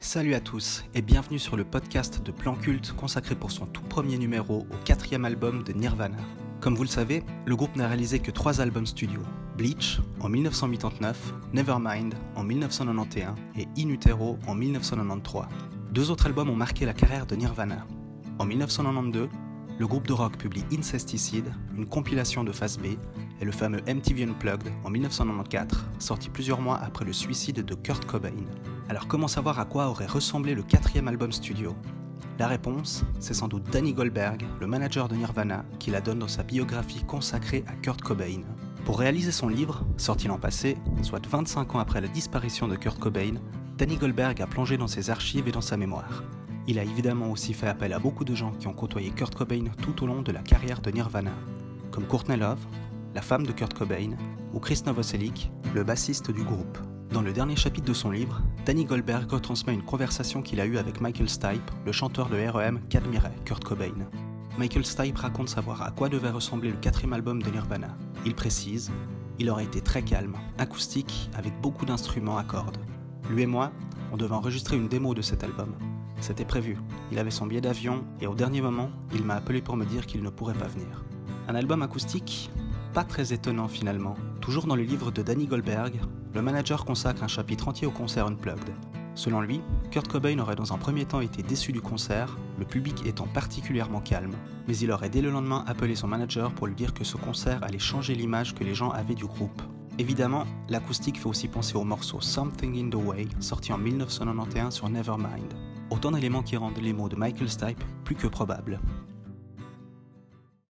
Salut à tous et bienvenue sur le podcast de Plan Culte consacré pour son tout premier numéro au 4e album de Nirvana. Comme vous le savez, le groupe n'a réalisé que 3 albums studio, Bleach en 1989, Nevermind en 1991 et In Utero en 1993. 2 autres albums ont marqué la carrière de Nirvana. En 1992, le groupe de rock publie Incesticide, une compilation de face B, et le fameux MTV Unplugged en 1994, sorti plusieurs mois après le suicide de Kurt Cobain. Alors comment savoir à quoi aurait ressemblé le 4e album studio ? La réponse, c'est sans doute Danny Goldberg, le manager de Nirvana, qui la donne dans sa biographie consacrée à Kurt Cobain. Pour réaliser son livre, sorti l'an passé, soit 25 ans après la disparition de Kurt Cobain, Danny Goldberg a plongé dans ses archives et dans sa mémoire. Il a évidemment aussi fait appel à beaucoup de gens qui ont côtoyé Kurt Cobain tout au long de la carrière de Nirvana, comme Courtney Love, la femme de Kurt Cobain, ou Chris Novoselic, le bassiste du groupe. Dans le dernier chapitre de son livre, Danny Goldberg retransmet une conversation qu'il a eue avec Michael Stipe, le chanteur de R.E.M. qu'admirait Kurt Cobain. Michael Stipe raconte savoir à quoi devait ressembler le 4e album de Nirvana. Il précise « Il aurait été très calme, acoustique, avec beaucoup d'instruments à cordes. Lui et moi, on devait enregistrer une démo de cet album. C'était prévu, il avait son billet d'avion et au dernier moment, il m'a appelé pour me dire qu'il ne pourrait pas venir. Un album acoustique ? Pas très étonnant finalement. Toujours dans le livre de Danny Goldberg, le manager consacre un chapitre entier au concert Unplugged. Selon lui, Kurt Cobain aurait dans un premier temps été déçu du concert, le public étant particulièrement calme, mais il aurait dès le lendemain appelé son manager pour lui dire que ce concert allait changer l'image que les gens avaient du groupe. Évidemment, l'acoustique fait aussi penser au morceau Something in the Way, sorti en 1991 sur Nevermind. Autant d'éléments qui rendent les mots de Michael Stipe plus que probables.